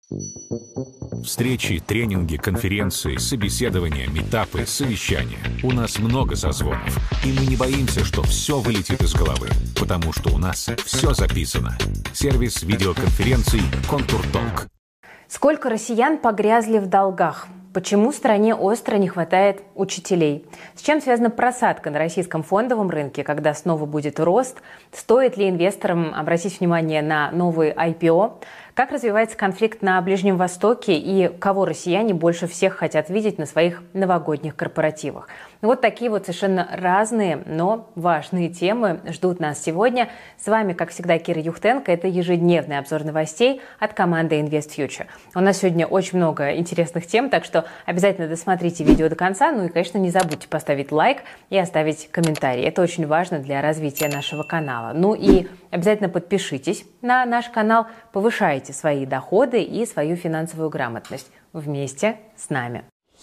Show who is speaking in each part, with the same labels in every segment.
Speaker 1: Встречи, тренинги, конференции, собеседования, митапы, совещания. У нас много созвонов, и мы не боимся, что все вылетит из головы, потому что у нас все записано. Сервис видеоконференций «Контур-Толк».
Speaker 2: Сколько россиян погрязли в долгах? Почему стране остро не хватает учителей? С чем связана просадка на российском фондовом рынке, когда снова будет рост? Стоит ли инвесторам обратить внимание на новые IPO? Как развивается конфликт на Ближнем Востоке и кого россияне больше всех хотят видеть на своих новогодних корпоративах? Вот такие вот совершенно разные, но важные темы ждут нас сегодня. С вами, как всегда, Кира Юхтенко. Это ежедневный обзор новостей от команды InvestFuture. У нас сегодня очень много интересных тем, так что обязательно досмотрите видео до конца. Ну и, конечно, не забудьте поставить лайк и оставить комментарий. Это очень важно для развития нашего канала. Ну и обязательно подпишитесь на наш канал, повышайте свои доходы и свою финансовую грамотность вместе с нами.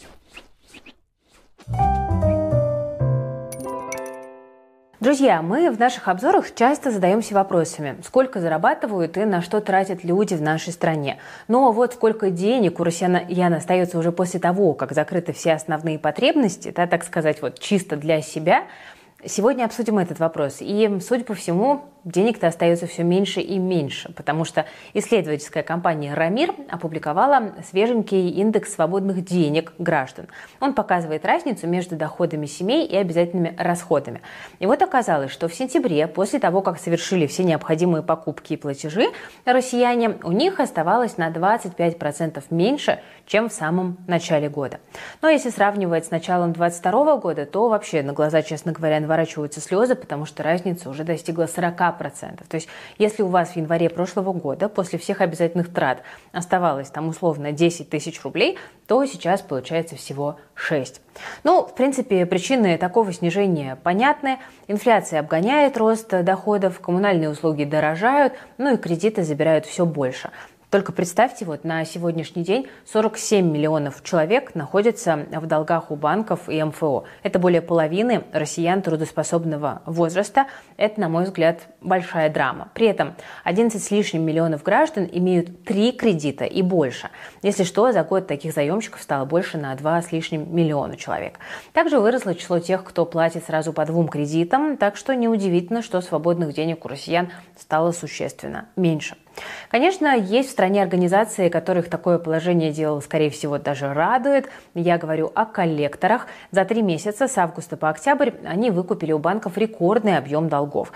Speaker 2: Друзья, мы в наших обзорах часто задаемся вопросами, сколько зарабатывают и на что тратят люди в нашей стране. Но вот сколько денег у россиян остается уже после того, как закрыты все основные потребности, да, так сказать, вот чисто для себя. Сегодня обсудим этот вопрос. И, судя по всему, денег-то остается все меньше и меньше, потому что исследовательская компания «Рамир» опубликовала свеженький индекс свободных денег граждан. Он показывает разницу между доходами семей и обязательными расходами. И вот оказалось, что в сентябре, после того, как совершили все необходимые покупки и платежи, россияне, у них оставалось на 25% меньше, чем в самом начале года. Но если сравнивать с началом 2022 года, то вообще на глаза, честно говоря, наворачиваются слезы, потому что разница уже достигла 40%. То есть, если у вас в январе прошлого года после всех обязательных трат оставалось там условно 10 тысяч рублей, то сейчас получается всего 6. Ну, в принципе, причины такого снижения понятны. Инфляция обгоняет рост доходов, коммунальные услуги дорожают, ну и кредиты забирают все больше. Только представьте, вот на сегодняшний день 47 миллионов человек находятся в долгах у банков и МФО. Это более половины россиян трудоспособного возраста. Это, на мой взгляд, большая драма. При этом 11 с лишним миллионов граждан имеют 3 кредита и больше. Если что, за год таких заемщиков стало больше на 2 с лишним миллиона человек. Также выросло число тех, кто платит сразу по 2 кредитам, так что неудивительно, что свободных денег у россиян стало существенно меньше. Конечно, есть в стране организации, которых такое положение дел, скорее всего, даже радует. Я говорю о коллекторах. За 3 месяца с августа по октябрь они выкупили у банков рекордный объем долгов.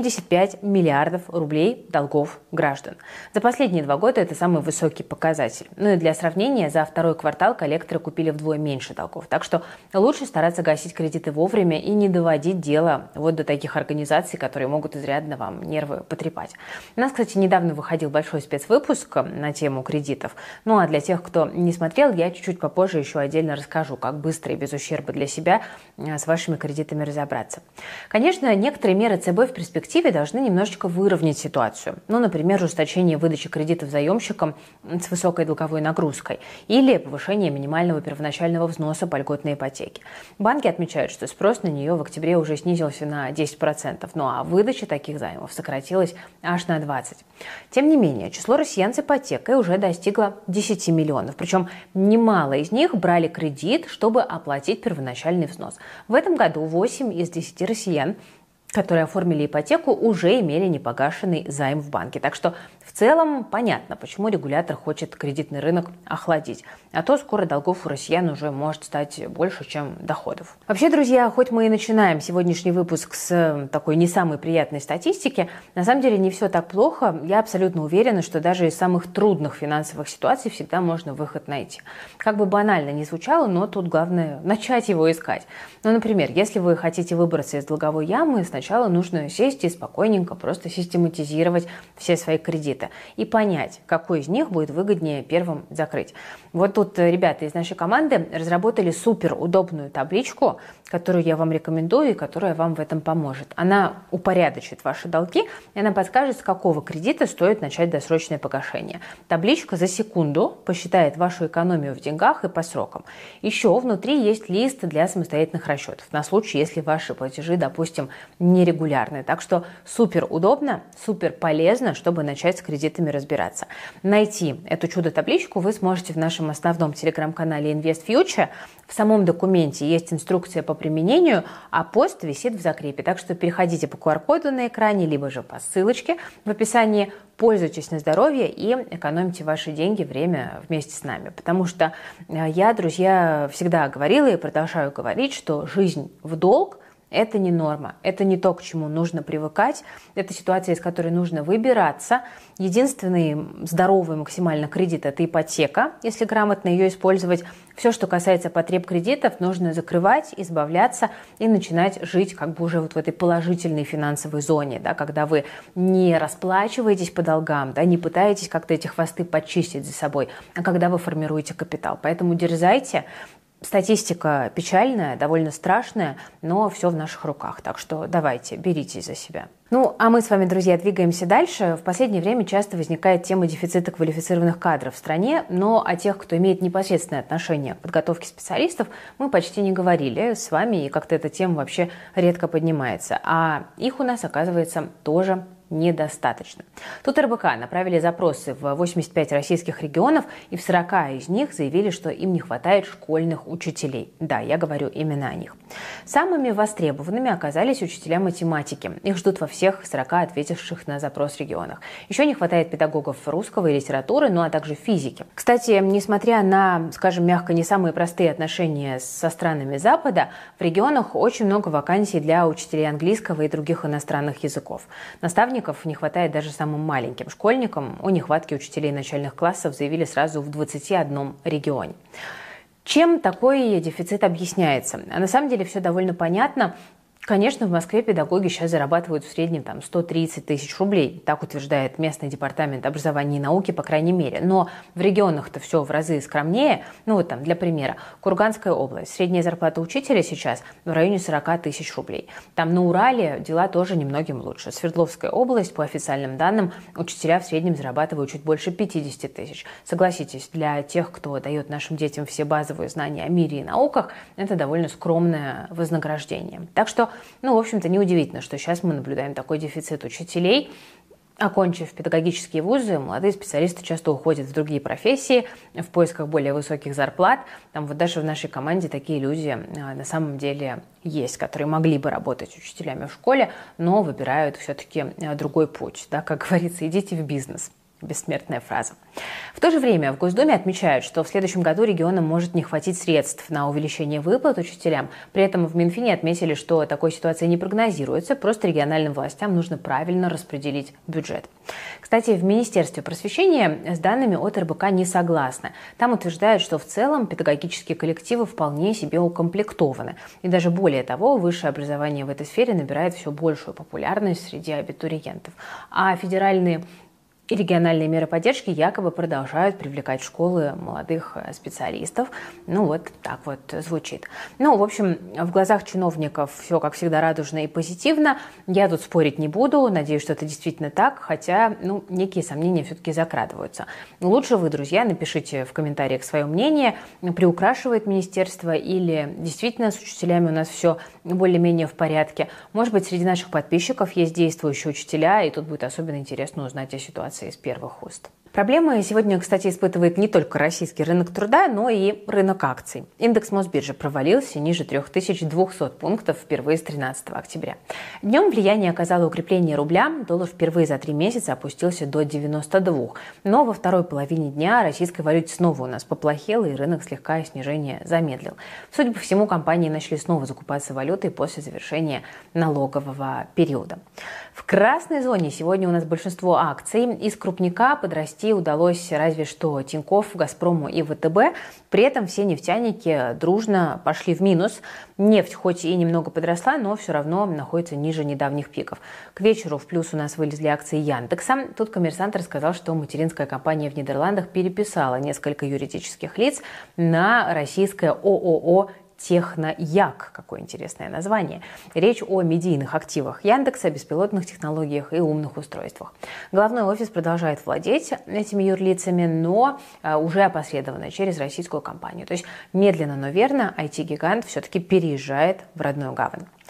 Speaker 2: 75 миллиардов рублей долгов граждан. За последние 2 года это самый высокий показатель. Ну и для сравнения, за второй квартал коллекторы купили вдвое меньше долгов. Так что лучше стараться гасить кредиты вовремя и не доводить дело вот до таких организаций, которые могут изрядно вам нервы потрепать. У нас, кстати, недавно выходил большой спецвыпуск на тему кредитов. Ну а для тех, кто не смотрел, я чуть-чуть попозже еще отдельно расскажу, как быстро и без ущерба для себя с вашими кредитами разобраться. Конечно, некоторые меры ЦБ в перспективе должны немножечко выровнять ситуацию. Ну, например, ужесточение выдачи кредитов заемщикам с высокой долговой нагрузкой или повышение минимального первоначального взноса по льготной ипотеке. Банки отмечают, что спрос на нее в октябре уже снизился на 10%, ну а выдача таких займов сократилась аж на 20%. Тем не менее, число россиян с ипотекой уже достигло 10 миллионов. Причем немало из них брали кредит, чтобы оплатить первоначальный взнос. В этом году 8 из 10 россиян, которые оформили ипотеку, уже имели непогашенный займ в банке. Так что в целом понятно, почему регулятор хочет кредитный рынок охладить. А то скоро долгов у россиян уже может стать больше, чем доходов. Вообще, друзья, хоть мы и начинаем сегодняшний выпуск с такой не самой приятной статистики, на самом деле не все так плохо. Я абсолютно уверена, что даже из самых трудных финансовых ситуаций всегда можно выход найти. Как бы банально ни звучало, но тут главное начать его искать. Ну, например, если вы хотите выбраться из долговой ямы, сначала нужно сесть и спокойненько просто систематизировать все свои кредиты и понять, какой из них будет выгоднее первым закрыть. Вот тут ребята из нашей команды разработали супер удобную табличку, которую я вам рекомендую и которая вам в этом поможет. Она упорядочит ваши долги, и она подскажет, с какого кредита стоит начать досрочное погашение. Табличка за секунду посчитает вашу экономию в деньгах и по срокам. Еще внутри есть лист для самостоятельных расчетов на случай, если ваши платежи, допустим, нерегулярные. Так что супер удобно, супер полезно, чтобы начать с кредитами разбираться. Найти эту чудо-табличку вы сможете в нашем основном телеграм-канале Invest Future. В самом документе есть инструкция по применению, а пост висит в закрепе. Так что переходите по QR-коду на экране, либо же по ссылочке в описании. Пользуйтесь на здоровье и экономьте ваши деньги, время вместе с нами. Потому что я, друзья, всегда говорила и продолжаю говорить, что жизнь в долг – это не норма, это не то, к чему нужно привыкать, это ситуация, из которой нужно выбираться. Единственный здоровый максимально кредит – это ипотека, если грамотно ее использовать. Все, что касается потреб кредитов, нужно закрывать, избавляться и начинать жить как бы уже вот в этой положительной финансовой зоне, да, когда вы не расплачиваетесь по долгам, да, не пытаетесь как-то эти хвосты почистить за собой, а когда вы формируете капитал. Поэтому дерзайте. Статистика печальная, довольно страшная, но все в наших руках. Так что давайте, беритесь за себя. Ну, а мы с вами, друзья, двигаемся дальше. В последнее время часто возникает тема дефицита квалифицированных кадров в стране, но о тех, кто имеет непосредственное отношение к подготовке специалистов, мы почти не говорили с вами, и как-то эта тема вообще редко поднимается. А их у нас, оказывается, тоже недостаточно. Тут РБК направили запросы в 85 российских регионов, и в 40 из них заявили, что им не хватает школьных учителей. Да, я говорю именно о них. Самыми востребованными оказались учителя математики. Их ждут во всех 40 ответивших на запрос регионах. Еще не хватает педагогов русского и литературы, ну а также физики. Кстати, несмотря на, скажем мягко, не самые простые отношения со странами Запада, в регионах очень много вакансий для учителей английского и других иностранных языков. Наставников не хватает даже самым маленьким школьникам. О нехватке учителей начальных классов заявили сразу в 21 регионе. Чем такой дефицит объясняется? А на самом деле все довольно понятно. Конечно, в Москве педагоги сейчас зарабатывают в среднем 130 тысяч рублей, так утверждает местный департамент образования и науки, по крайней мере. Но в регионах-то все в разы скромнее. Ну вот там, для примера, Курганская область. Средняя зарплата учителя сейчас в районе 40 тысяч рублей. Там на Урале дела тоже немногим лучше. Свердловская область, по официальным данным, учителя в среднем зарабатывают чуть больше 50 тысяч. Согласитесь, для тех, кто дает нашим детям все базовые знания о мире и науках, это довольно скромное вознаграждение. Так что в общем-то, неудивительно, что сейчас мы наблюдаем такой дефицит учителей. Окончив педагогические вузы, молодые специалисты часто уходят в другие профессии в поисках более высоких зарплат. Там вот даже в нашей команде такие люди на самом деле есть, которые могли бы работать учителями в школе, но выбирают все-таки другой путь. Да, как говорится, идите в бизнес. Бессмертная фраза. В то же время в Госдуме отмечают, что в следующем году регионам может не хватить средств на увеличение выплат учителям. При этом в Минфине отметили, что такой ситуации не прогнозируется, просто региональным властям нужно правильно распределить бюджет. Кстати, в Министерстве просвещения с данными от РБК не согласны. Там утверждают, что в целом педагогические коллективы вполне себе укомплектованы. И даже более того, высшее образование в этой сфере набирает все большую популярность среди абитуриентов. А федеральные и региональные меры поддержки якобы продолжают привлекать в школы молодых специалистов. Вот так вот звучит. В общем, в глазах чиновников все, как всегда, радужно и позитивно. Я тут спорить не буду. Надеюсь, что это действительно так, хотя, некие сомнения все-таки закрадываются. Лучше вы, друзья, напишите в комментариях свое мнение, приукрашивает министерство или действительно с учителями у нас все более-менее в порядке. Может быть, среди наших подписчиков есть действующие учителя, и тут будет особенно интересно узнать о ситуации из первых уст. Проблемы сегодня, кстати, испытывает не только российский рынок труда, но и рынок акций. Индекс Мосбиржи провалился ниже 3200 пунктов впервые с 13 октября. Днем влияние оказало укрепление рубля, доллар впервые за 3 месяца опустился до 92. Но во второй половине дня российской валюте снова у нас поплохело, и рынок слегка снижение замедлил. Судя по всему, компании начали снова закупаться валютой после завершения налогового периода. В красной зоне сегодня у нас большинство акций. Из крупника подрасти удалось разве что Тинькофф, Газпрому и ВТБ. При этом все нефтяники дружно пошли в минус. Нефть хоть и немного подросла, но все равно находится ниже недавних пиков. К вечеру в плюс у нас вылезли акции Яндекса. Тут коммерсант рассказал, что материнская компания в Нидерландах переписала несколько юридических лиц на российское ООО Технояк. Какое интересное название. Речь о медийных активах Яндекса, беспилотных технологиях и умных устройствах. Головной офис продолжает владеть этими юрлицами, но уже опосредованно через российскую компанию. То есть медленно, но верно IT-гигант все-таки переезжает в родную гавань.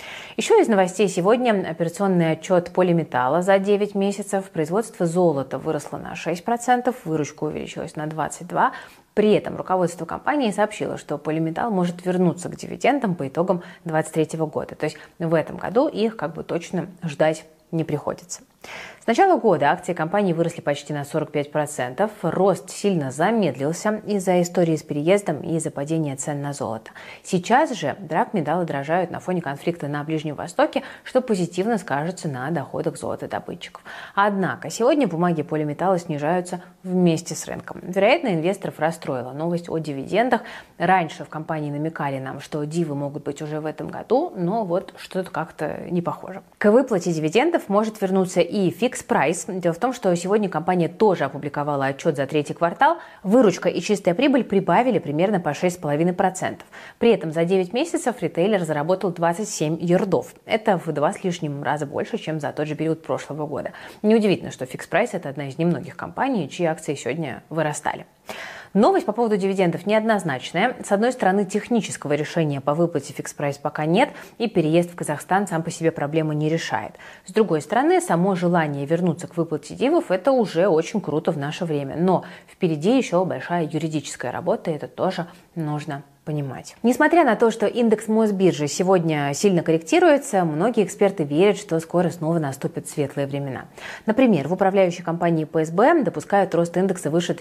Speaker 2: Еще из новостей сегодня операционный отчет Полиметалла за 9 месяцев. Производство золота выросло на 6%, выручка увеличилась на 22%. При этом руководство компании сообщило, что Полиметалл может вернуться к дивидендам по итогам 2023 года. То есть в этом году их точно ждать не приходится. С начала года акции компании выросли почти на 45%. Рост сильно замедлился из-за истории с переездом и из-за падения цен на золото. Сейчас же драгметаллы дорожают на фоне конфликта на Ближнем Востоке, что позитивно скажется на доходах золотодобытчиков. Однако сегодня бумаги Полиметалла снижаются вместе с рынком. Вероятно, инвесторов расстроила новость о дивидендах. Раньше в компании намекали нам, что дивы могут быть уже в этом году, но что-то как-то не похоже. К выплате дивидендов может вернуться и фикс-прайс. Дело в том, что сегодня компания тоже опубликовала отчет за третий квартал. Выручка и чистая прибыль прибавили примерно по 6,5%. При этом за 9 месяцев ритейлер заработал 27 ярдов. Это в 2 с лишним раза больше, чем за тот же период прошлого года. Неудивительно, что фикс-прайс – это одна из немногих компаний, чьи акции сегодня вырастали. Новость по поводу дивидендов неоднозначная. С одной стороны, технического решения по выплате фикс-прайс пока нет, и переезд в Казахстан сам по себе проблемы не решает. С другой стороны, само желание вернуться к выплате дивов – это уже очень круто в наше время. Но впереди еще большая юридическая работа, и это тоже нужно понимать. Несмотря на то, что индекс Мосбиржи сегодня сильно корректируется, многие эксперты верят, что скоро снова наступят светлые времена. Например, в управляющей компании ПСБ допускают рост индекса выше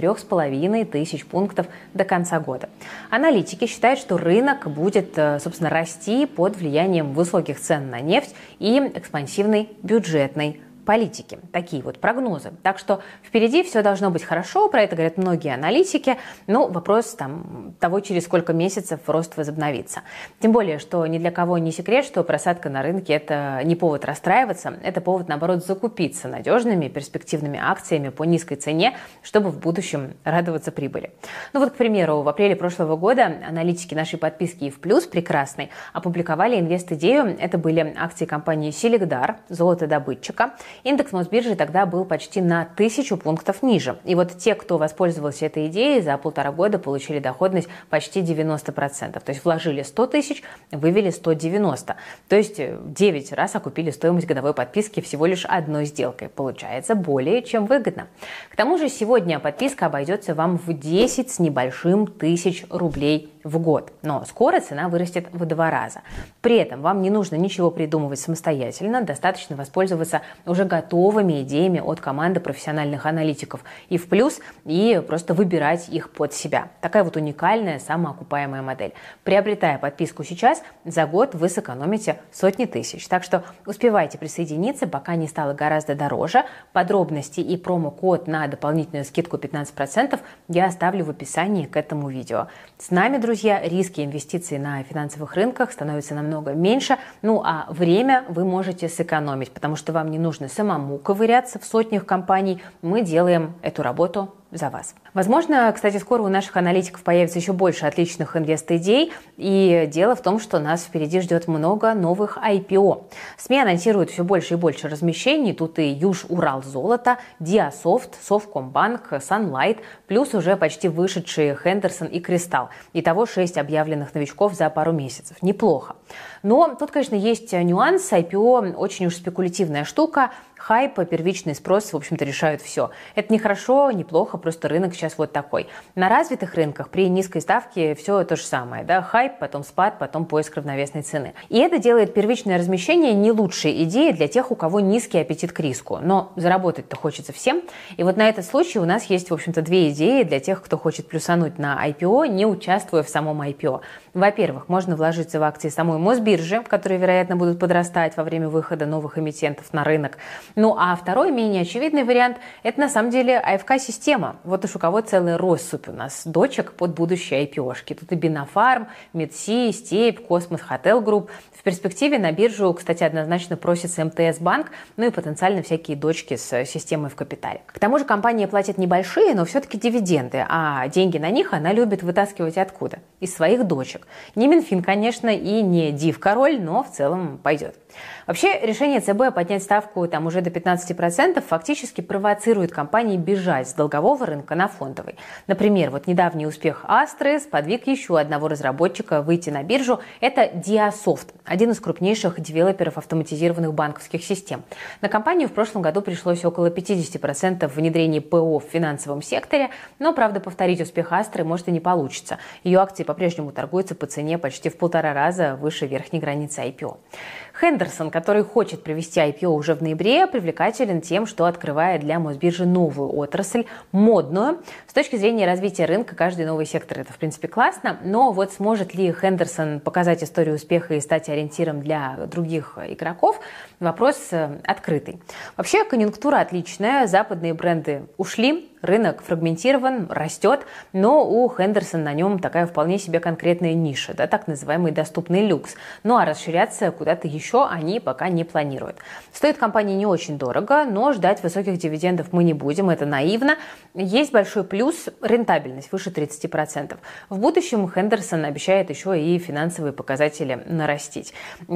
Speaker 2: 3500 пунктов до конца года. Аналитики считают, что рынок будет, собственно, расти под влиянием высоких цен на нефть и экспансивной бюджетной политики. Такие прогнозы. Так что впереди все должно быть хорошо, про это говорят многие аналитики. Вопрос того, через сколько месяцев рост возобновится. Тем более, что ни для кого не секрет, что просадка на рынке – это не повод расстраиваться, это повод, наоборот, закупиться надежными перспективными акциями по низкой цене, чтобы в будущем радоваться прибыли. К примеру, в апреле прошлого года аналитики нашей подписки «И в плюс» прекрасной опубликовали инвест-идею. Это были акции компании «Селигдар», золотодобытчика. Индекс Мосбиржи тогда был почти на 1000 пунктов ниже. И те, кто воспользовался этой идеей, за 1,5 года получили доходность почти 90%. То есть вложили 100 тысяч, вывели 190. То есть 9 раз окупили стоимость годовой подписки всего лишь одной сделкой. Получается более чем выгодно. К тому же сегодня подписка обойдется вам в 10 с небольшим тысяч рублей в год. Но скоро цена вырастет в 2 раза. При этом вам не нужно ничего придумывать самостоятельно, достаточно воспользоваться уже готовыми идеями от команды профессиональных аналитиков и в плюс, и просто выбирать их под себя. Такая уникальная самоокупаемая модель. Приобретая подписку сейчас, за год вы сэкономите сотни тысяч. Так что успевайте присоединиться, пока не стало гораздо дороже. Подробности и промокод на дополнительную скидку 15% я оставлю в описании к этому видео. С нами, друзья, риски инвестиций на финансовых рынках становятся намного меньше, а время вы можете сэкономить, потому что вам не нужно самому ковыряться в сотнях компаний. Мы делаем эту работу за вас. Возможно, кстати, скоро у наших аналитиков появится еще больше отличных инвест-идей. И дело в том, что нас впереди ждет много новых IPO. СМИ анонсируют все больше и больше размещений. Тут и Юж-Урал-Золото, Диасофт, Совкомбанк, Sunlight, плюс уже почти вышедшие Хендерсон и Кристалл. Итого 6 объявленных новичков за пару месяцев. Неплохо. Но тут, конечно, есть нюанс. IPO очень уж спекулятивная штука. Хайп, первичный спрос, в общем-то, решают все. Это не хорошо, не плохо, просто рынок сейчас такой. На развитых рынках при низкой ставке все то же самое. Хайп, потом спад, потом поиск равновесной цены. И это делает первичное размещение не лучшей идеей для тех, у кого низкий аппетит к риску. Но заработать-то хочется всем. И на этот случай у нас есть, в общем-то, 2 идеи для тех, кто хочет плюсануть на IPO, не участвуя в самом IPO. Во-первых, можно вложиться в акции самой Мосбиржи, которые, вероятно, будут подрастать во время выхода новых эмитентов на рынок. А второй, менее очевидный вариант – это на самом деле АФК-система. Вот уж у кого целая россыпь у нас дочек под будущие IPO-шки. Тут и Бинофарм, Медси, Степь, Космос Хотел Групп. В перспективе на биржу, кстати, однозначно просится МТС-банк, и потенциально всякие дочки с системой в капитале. К тому же компания платит небольшие, но все-таки дивиденды, а деньги на них она любит вытаскивать откуда? Из своих дочек. Не Минфин, конечно, и не Див-король, но в целом пойдет. Вообще, решение ЦБ поднять ставку уже до 15% фактически провоцирует компании бежать с долгового рынка на фондовой. Например, вот недавний успех Астры сподвиг еще одного разработчика выйти на биржу. Это Diasoft, один из крупнейших девелоперов автоматизированных банковских систем. На компанию в прошлом году пришлось около 50% внедрения ПО в финансовом секторе, но, правда, повторить успех Астры может и не получится. Ее акции по-прежнему торгуются по цене почти в 1,5 раза выше верхней границы IPO. Хендерсон, который хочет провести IPO уже в ноябре, привлекателен тем, что открывает для Мосбиржи новую отрасль, модную. С точки зрения развития рынка, каждый новый сектор – это, в принципе, классно, но вот сможет ли Хендерсон показать историю успеха и стать ориентиром для других игроков – вопрос открытый. Вообще, конъюнктура отличная, западные бренды ушли, рынок фрагментирован, растет, но у Хендерсон на нем такая вполне себе конкретная ниша, да, так называемый доступный люкс. Ну а расширяться куда-то еще они пока не планируют. Стоит компания не очень дорого, но ждать высоких дивидендов мы не будем, это наивно. Есть большой плюс – рентабельность выше 30%. В будущем Хендерсон обещает еще и финансовые показатели нарастить.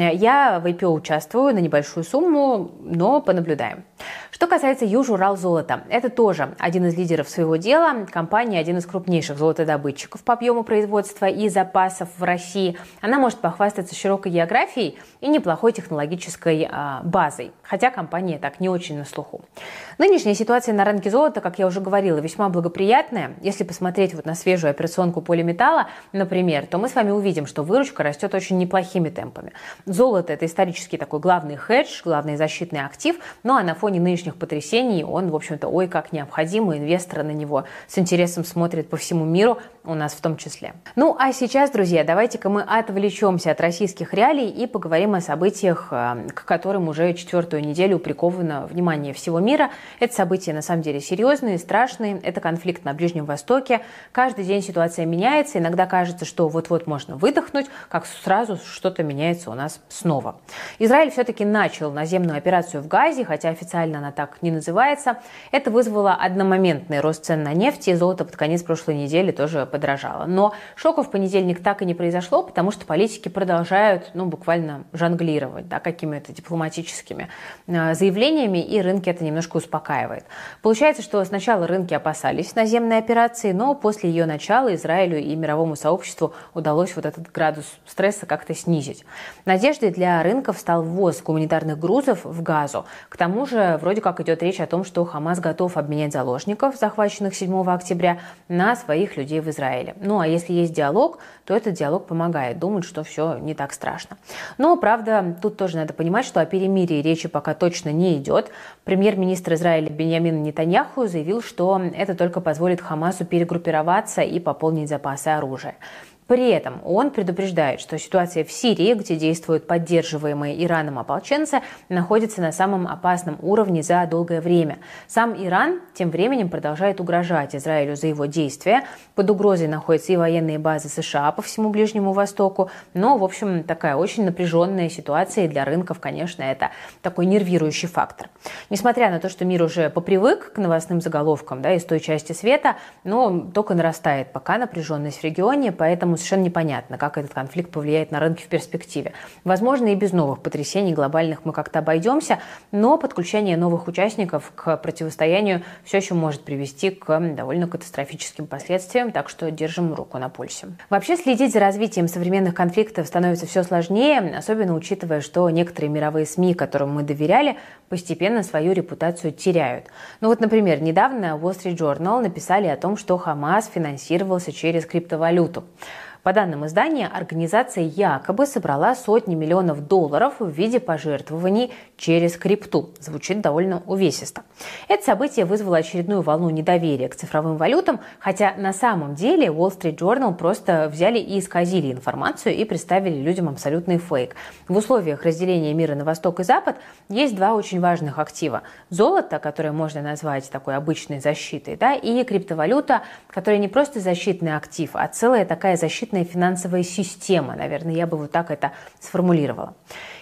Speaker 2: Я в IPO участвую на небольшую сумму, но понаблюдаем. Что касается Южуралзолота, это тоже один из лидеров своего дела. Компания – один из крупнейших золотодобытчиков по объему производства и запасов в России. Она может похвастаться широкой географией и неплохой технологической базой, хотя компания так не очень на слуху. Нынешняя ситуация на рынке золота, как я уже говорила, весьма благоприятная. Если посмотреть вот на свежую операционку полиметалла, например, то мы с вами увидим, что выручка растет очень неплохими темпами. Золото – это исторически такой главный хедж, главный защитный актив, ну а на фоне нынешних потрясений он, в общем-то, ой, как необходим, и инвесторы на него с интересом смотрят по всему миру, у нас в том числе. Ну а сейчас, друзья, давайте-ка мы отвлечемся от российских реалий и поговорим о событиях, к которым уже 4-ю неделю приковано внимание всего мира. Это события на самом деле серьезные, страшные. Это конфликт на Ближнем Востоке. Каждый день ситуация меняется. Иногда кажется, что вот-вот можно выдохнуть, как сразу что-то меняется у нас снова. Израиль все-таки начал наземную операцию в Газе, хотя официально она так не называется. Это вызвало одномоментный рост цен на нефть, и золото под конец прошлой недели тоже подорожало. Но шока в понедельник так и не произошло, потому что политики продолжают, буквально жонглировать, какими-то дипломатическими заявлениями, и рынки это немножко успокаивает. Получается, что сначала рынки опасались наземной операции, но после ее начала Израилю и мировому сообществу удалось вот этот градус стресса как-то снизить. Надеждой для рынков стал ввоз гуманитарных грузов в Газу. К тому же, вроде как идет речь о том, что Хамас готов обменять заложников, захваченных 7 октября, на своих людей в Израиле. Ну а если есть диалог, то этот диалог помогает думать, что все не так страшно. Но, правда, тут тоже надо понимать, что о перемирии речи пока точно не идет. Премьер-министр Израиля Биньямин Нетаньяху заявил, что это только позволит Хамасу перегруппироваться и пополнить запасы оружия. При этом он предупреждает, что ситуация в Сирии, где действуют поддерживаемые Ираном ополченцы, находится на самом опасном уровне за долгое время. Сам Иран тем временем продолжает угрожать Израилю за его действия. Под угрозой находятся и военные базы США по всему Ближнему Востоку. Но, в общем, такая очень напряженная ситуация, и для рынков, конечно, это такой нервирующий фактор. Несмотря на то, что мир уже попривык к новостным заголовкам из той части света, но только нарастает пока напряженность в регионе, поэтому совершенно непонятно, как этот конфликт повлияет на рынки в перспективе. Возможно, и без новых потрясений глобальных мы как-то обойдемся, но подключение новых участников к противостоянию все еще может привести к довольно катастрофическим последствиям, так что держим руку на пульсе. Вообще, следить за развитием современных конфликтов становится все сложнее, особенно учитывая, что некоторые мировые СМИ, которым мы доверяли, постепенно свою репутацию теряют. Например, недавно Wall Street Journal написали о том, что Хамас финансировался через криптовалюту. По данным издания, организация якобы собрала сотни миллионов долларов в виде пожертвований через крипту. Звучит довольно увесисто. Это событие вызвало очередную волну недоверия к цифровым валютам, хотя на самом деле Wall Street Journal просто взяли и исказили информацию и представили людям абсолютный фейк. В условиях разделения мира на Восток и Запад есть два очень важных актива. Золото, которое можно назвать такой обычной защитой, и криптовалюта, которая не просто защитный актив, а целая такая защитная финансовая система, наверное, я бы вот так это сформулировала.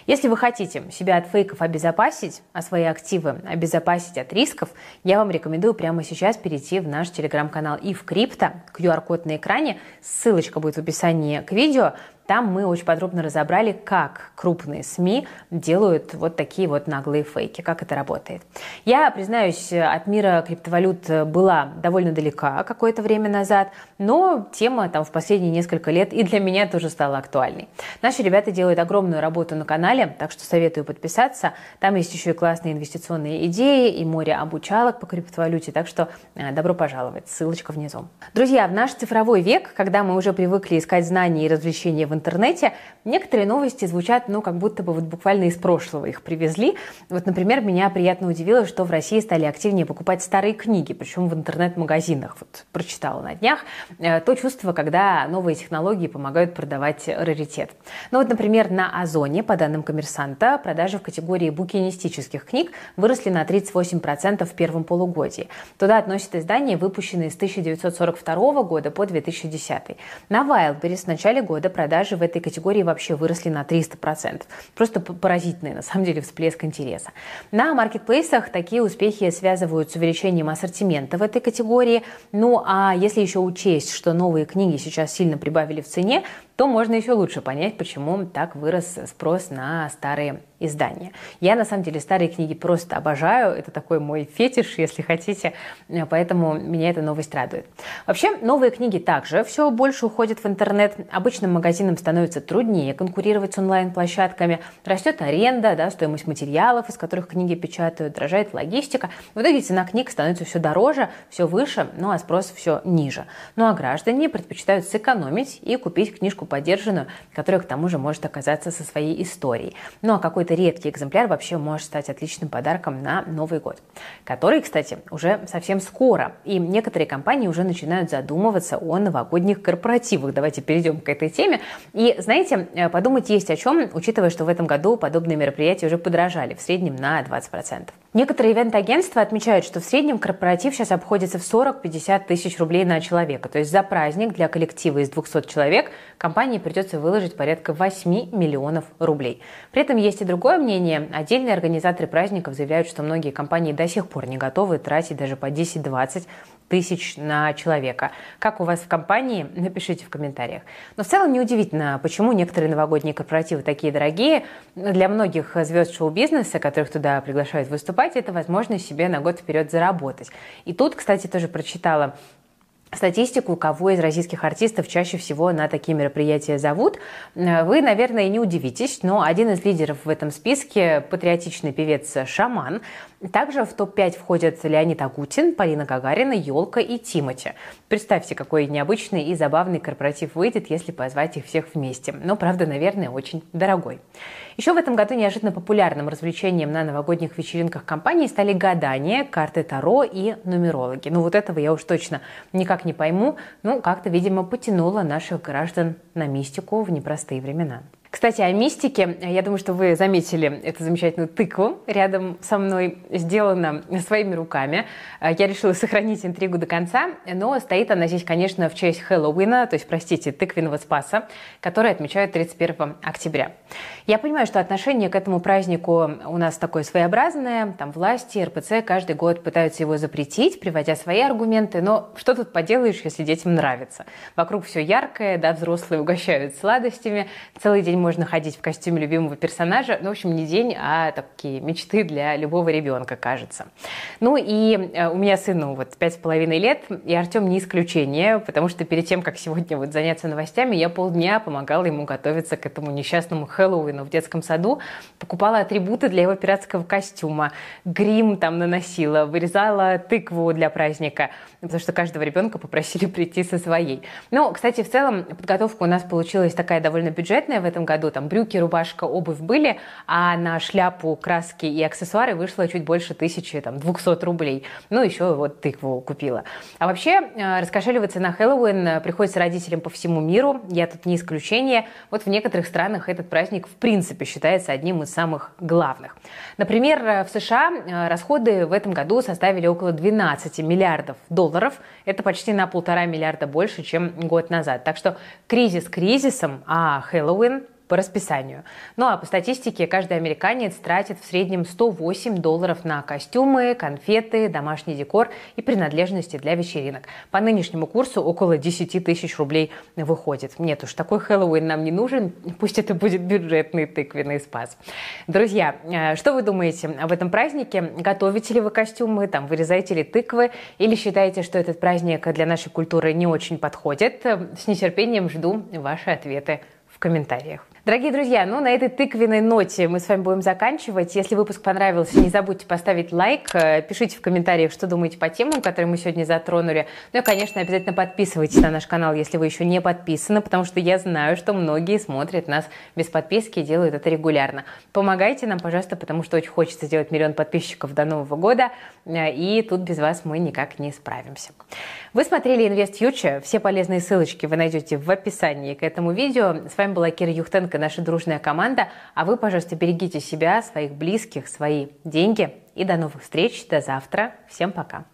Speaker 2: Если вы хотите себя от фейков обезопасить, а свои активы обезопасить от рисков, я вам рекомендую прямо сейчас перейти в наш телеграм-канал ivcrypto, QR-код на экране, ссылочка будет в описании к видео. Там мы очень подробно разобрали, как крупные СМИ делают вот такие вот наглые фейки, как это работает. Я, признаюсь, от мира криптовалют была довольно далека какое-то время назад, но тема там в последние несколько лет и для меня тоже стала актуальной. Наши ребята делают огромную работу на канале, так что советую подписаться. Там есть еще и классные инвестиционные идеи и море обучалок по криптовалюте, так что добро пожаловать, ссылочка внизу. Друзья, в наш цифровой век, когда мы уже привыкли искать знания и развлечения в интернете, некоторые новости звучат, как будто бы вот буквально из прошлого их привезли. Вот, например, меня приятно удивило, что в России стали активнее покупать старые книги, причем в интернет-магазинах. Вот прочитала на днях то чувство, когда новые технологии помогают продавать раритет. Вот, например, на Озоне, по данным Коммерсанта, продажи в категории букинистических книг выросли на 38% в первом полугодии. Туда относят издания, выпущенные с 1942 года по 2010. На Wildberries в начале года продажи в этой категории вообще выросли на 300%. Просто поразительный, на самом деле, всплеск интереса. На маркетплейсах такие успехи связывают с увеличением ассортимента в этой категории. А если еще учесть, что новые книги сейчас сильно прибавили в цене, то можно еще лучше понять, почему так вырос спрос на старые издания. Я, на самом деле, старые книги просто обожаю. Это такой мой фетиш, если хотите. Поэтому меня эта новость радует. Вообще, новые книги также все больше уходят в интернет. Обычным магазинам становится труднее конкурировать с онлайн-площадками. Растет аренда, стоимость материалов, из которых книги печатают, дорожает логистика. В итоге цена книг становится все дороже, все выше, а спрос все ниже. А граждане предпочитают сэкономить и купить книжку подержанную, которая к тому же может оказаться со своей историей. А какой-то редкий экземпляр вообще может стать отличным подарком на Новый год, который, кстати, уже совсем скоро. И некоторые компании уже начинают задумываться о новогодних корпоративах. Давайте перейдем к этой теме. И, знаете, подумать есть о чем, учитывая, что в этом году подобные мероприятия уже подорожали в среднем на 20%. Некоторые ивент-агентства отмечают, что в среднем корпоратив сейчас обходится в 40-50 тысяч рублей на человека. То есть за праздник для коллектива из 200 человек компании придется выложить порядка 8 миллионов рублей. При этом есть и другое мнение. Отдельные организаторы праздников заявляют, что многие компании до сих пор не готовы тратить даже по 10-20 тысяч на человека. Как у вас в компании? Напишите в комментариях. Но в целом неудивительно, почему некоторые новогодние корпоративы такие дорогие. Для многих звезд шоу-бизнеса, которых туда приглашают выступать, это возможность себе на год вперед заработать. И тут, кстати, тоже прочитала статистику, кого из российских артистов чаще всего на такие мероприятия зовут. Вы, наверное, не удивитесь, но один из лидеров в этом списке – патриотичный певец Шаман. Также в топ-5 входят Леонид Агутин, Полина Гагарина, Ёлка и Тимати. Представьте, какой необычный и забавный корпоратив выйдет, если позвать их всех вместе. Но, правда, наверное, очень дорогой. Еще в этом году неожиданно популярным развлечением на новогодних вечеринках компании стали гадания, карты Таро и нумерологи. Вот этого я уж точно никак не пойму. Как-то, видимо, потянуло наших граждан на мистику в непростые времена. Кстати, о мистике. Я думаю, что вы заметили эту замечательную тыкву рядом со мной, сделана своими руками. Я решила сохранить интригу до конца, но стоит она здесь, конечно, в честь Хэллоуина, то есть, простите, тыквенного Спаса, который отмечают 31 октября. Я понимаю, что отношение к этому празднику у нас такое своеобразное. Там власти, РПЦ каждый год пытаются его запретить, приводя свои аргументы, но что тут поделаешь, если детям нравится? Вокруг все яркое, взрослые угощают сладостями, целый день можно ходить в костюме любимого персонажа. В общем, не день, а такие мечты для любого ребенка, кажется. И у меня сыну 5,5 лет, и Артем не исключение, потому что перед тем, как сегодня заняться новостями, я полдня помогала ему готовиться к этому несчастному Хэллоуину в детском саду, покупала атрибуты для его пиратского костюма, грим наносила, вырезала тыкву для праздника, потому что каждого ребенка попросили прийти со своей. Кстати, в целом подготовка у нас получилась такая довольно бюджетная в этом году. Брюки, рубашка, обувь были, а на шляпу, краски и аксессуары вышло чуть больше 1200 рублей. Еще тыкву купила. А вообще, раскошеливаться на Хэллоуин приходится родителям по всему миру. Я тут не исключение. В некоторых странах этот праздник в принципе считается одним из самых главных. Например, в США расходы в этом году составили около 12 миллиардов долларов. Это почти на 1,5 миллиарда больше, чем год назад. Так что кризис кризисом, а Хэллоуин по расписанию. Ну а по статистике, каждый американец тратит в среднем $108 на костюмы, конфеты, домашний декор и принадлежности для вечеринок. По нынешнему курсу около 10 тысяч рублей выходит. Нет уж, такой Хэллоуин нам не нужен, пусть это будет бюджетный тыквенный спас. Друзья, что вы думаете об этом празднике? Готовите ли вы костюмы, вырезаете ли тыквы, или считаете, что этот праздник для нашей культуры не очень подходит? С нетерпением жду ваши ответы в комментариях. Дорогие друзья, на этой тыквенной ноте мы с вами будем заканчивать. Если выпуск понравился, не забудьте поставить лайк, пишите в комментариях, что думаете по темам, которые мы сегодня затронули. Ну и, конечно, обязательно подписывайтесь на наш канал, если вы еще не подписаны, потому что я знаю, что многие смотрят нас без подписки и делают это регулярно. Помогайте нам, пожалуйста, потому что очень хочется сделать 1 миллион подписчиков до Нового года, и тут без вас мы никак не справимся. Вы смотрели Invest Future. Все полезные ссылочки вы найдете в описании к этому видео. С вами была Кира Юхтенко, наша дружная команда. А вы, пожалуйста, берегите себя, своих близких, свои деньги. И до новых встреч. До завтра. Всем пока.